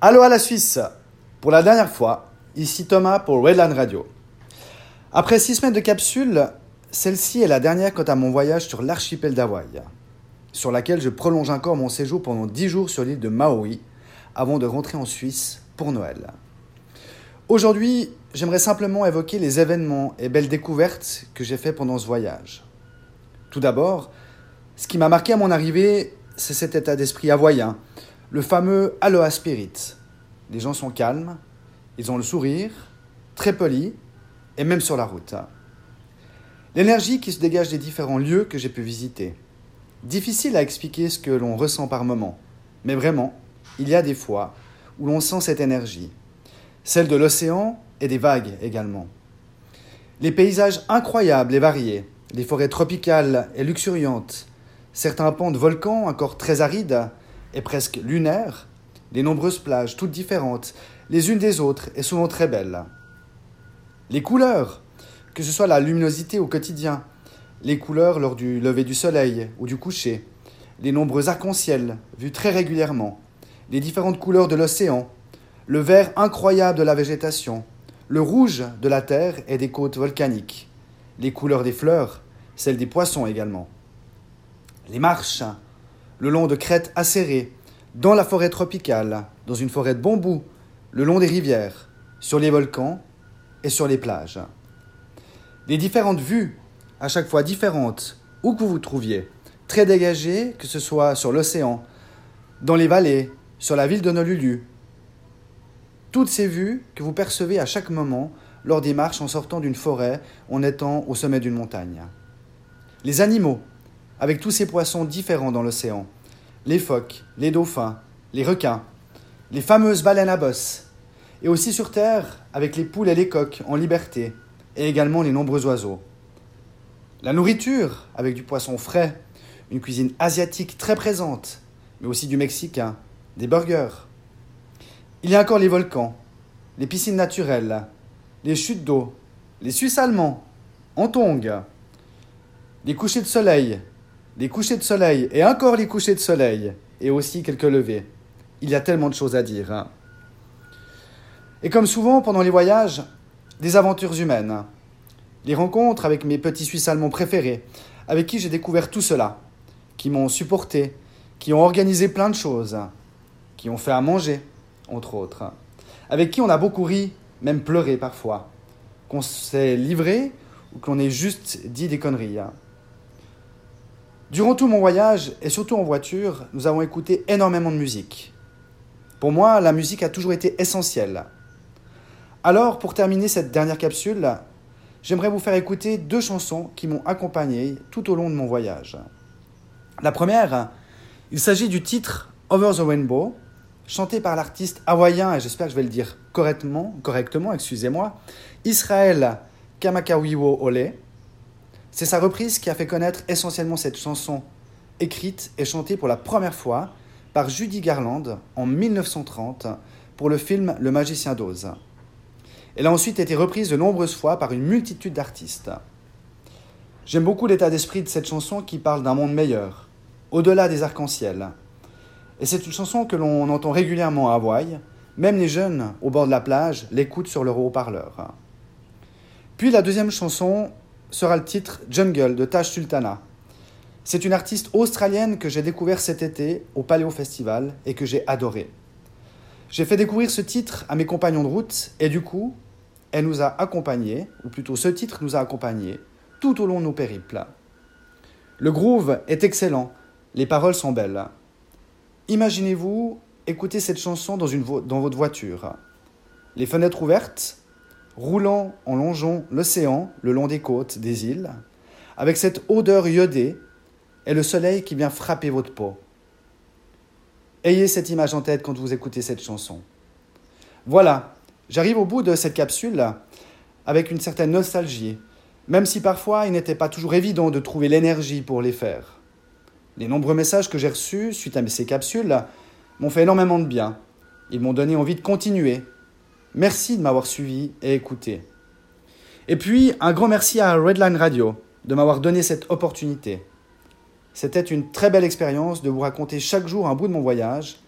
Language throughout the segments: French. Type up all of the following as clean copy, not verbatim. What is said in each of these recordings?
Allô à la Suisse. Pour la dernière fois, ici Thomas pour Redline Radio. Après 6 semaines de capsule, celle-ci est la dernière quant à mon voyage sur l'archipel d'Hawaï, sur laquelle je prolonge encore mon séjour pendant 10 jours sur l'île de Maui, avant de rentrer en Suisse pour Noël. Aujourd'hui, j'aimerais simplement évoquer les événements et belles découvertes que j'ai fait pendant ce voyage. Tout d'abord, ce qui m'a marqué à mon arrivée, c'est cet état d'esprit hawaïen, le fameux Aloha Spirit. Les gens sont calmes, ils ont le sourire, très polis, et même sur la route. L'énergie qui se dégage des différents lieux que j'ai pu visiter. Difficile à expliquer ce que l'on ressent par moment, mais vraiment, il y a des fois où l'on sent cette énergie. Celle de l'océan et des vagues également. Les paysages incroyables et variés, les forêts tropicales et luxuriantes, certains pans de volcans encore très arides et presque lunaires, les nombreuses plages toutes différentes, les unes des autres et souvent très belles. Les couleurs, que ce soit la luminosité au quotidien, les couleurs lors du lever du soleil ou du coucher, les nombreux arcs-en-ciel vus très régulièrement, les différentes couleurs de l'océan, le vert incroyable de la végétation, le rouge de la terre et des côtes volcaniques, les couleurs des fleurs, celles des poissons également. Les marches, le long de crêtes acérées, dans la forêt tropicale, dans une forêt de bambous, le long des rivières, sur les volcans et sur les plages. Les différentes vues, à chaque fois différentes, où que vous vous trouviez, très dégagées, que ce soit sur l'océan, dans les vallées, sur la ville d'Honolulu. Toutes ces vues que vous percevez à chaque moment lors des marches en sortant d'une forêt, en étant au sommet d'une montagne. Les animaux, avec tous ces poissons différents dans l'océan, les phoques, les dauphins, les requins, les fameuses baleines à bosse, et aussi sur terre avec les poules et les coqs en liberté, et également les nombreux oiseaux. La nourriture, avec du poisson frais, une cuisine asiatique très présente, mais aussi du mexicain, des burgers. Il y a encore les volcans, les piscines naturelles, les chutes d'eau, les Suisses allemands, en tongs, les couchers de soleil et encore les couchers de soleil, et aussi quelques levées. Il y a tellement de choses à dire. Et comme souvent pendant les voyages, des aventures humaines, les rencontres avec mes petits Suisses allemands préférés, avec qui j'ai découvert tout cela, qui m'ont supporté, qui ont organisé plein de choses, qui ont fait à manger, entre autres, avec qui on a beaucoup ri, même pleuré parfois, qu'on s'est livré ou qu'on ait juste dit des conneries. Durant tout mon voyage, et surtout en voiture, nous avons écouté énormément de musique. Pour moi, la musique a toujours été essentielle. Alors, pour terminer cette dernière capsule, j'aimerais vous faire écouter 2 chansons qui m'ont accompagné tout au long de mon voyage. La première, il s'agit du titre « Over the Rainbow », chanté par l'artiste hawaïen, et j'espère que je vais le dire correctement, Israël Kamakawiwo Ole. C'est sa reprise qui a fait connaître essentiellement cette chanson, écrite et chantée pour la première fois par Judy Garland en 1930 pour le film Le Magicien d'Oz. Elle a ensuite été reprise de nombreuses fois par une multitude d'artistes. J'aime beaucoup l'état d'esprit de cette chanson qui parle d'un monde meilleur, au-delà des arcs-en-ciel. Et c'est une chanson que l'on entend régulièrement à Hawaï, même les jeunes au bord de la plage l'écoutent sur leur haut-parleur. Puis la deuxième chanson sera le titre Jungle de Taj Sultana. C'est une artiste australienne que j'ai découvert cet été au Paléo Festival et que j'ai adoré. J'ai fait découvrir ce titre à mes compagnons de route et du coup, elle nous a accompagnés, ou plutôt ce titre nous a accompagnés, tout au long de nos périples. Le groove est excellent, les paroles sont belles. Imaginez-vous écouter cette chanson dans votre voiture. Les fenêtres ouvertes, roulant en longeant l'océan le long des côtes des îles, avec cette odeur iodée et le soleil qui vient frapper votre peau. Ayez cette image en tête quand vous écoutez cette chanson. Voilà, j'arrive au bout de cette capsule avec une certaine nostalgie, même si parfois il n'était pas toujours évident de trouver l'énergie pour les faire. Les nombreux messages que j'ai reçus suite à ces capsules m'ont fait énormément de bien. Ils m'ont donné envie de continuer. Merci de m'avoir suivi et écouté. Et puis, un grand merci à Redline Radio de m'avoir donné cette opportunité. C'était une très belle expérience de vous raconter chaque jour un bout de mon voyage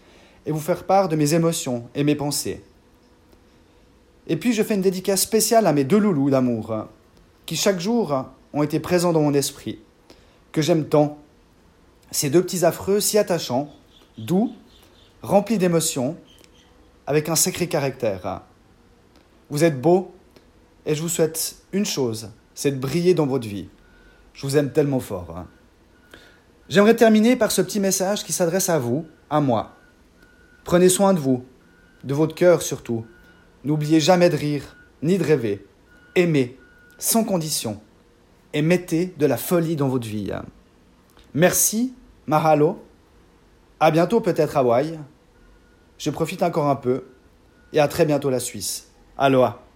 et vous faire part de mes émotions et mes pensées. Et puis je fais une dédicace spéciale à mes deux loulous d'amour, qui chaque jour ont été présents dans mon esprit, que j'aime tant. Ces deux petits affreux si attachants, doux, remplis d'émotions, avec un sacré caractère. Vous êtes beaux, et je vous souhaite une chose, c'est de briller dans votre vie. Je vous aime tellement fort. J'aimerais terminer par ce petit message qui s'adresse à vous, à moi. Prenez soin de vous, de votre cœur surtout. N'oubliez jamais de rire, ni de rêver. Aimez, sans condition. Et mettez de la folie dans votre vie. Merci, mahalo. À bientôt peut-être Hawaï. Je profite encore un peu. Et à très bientôt la Suisse. Aloha.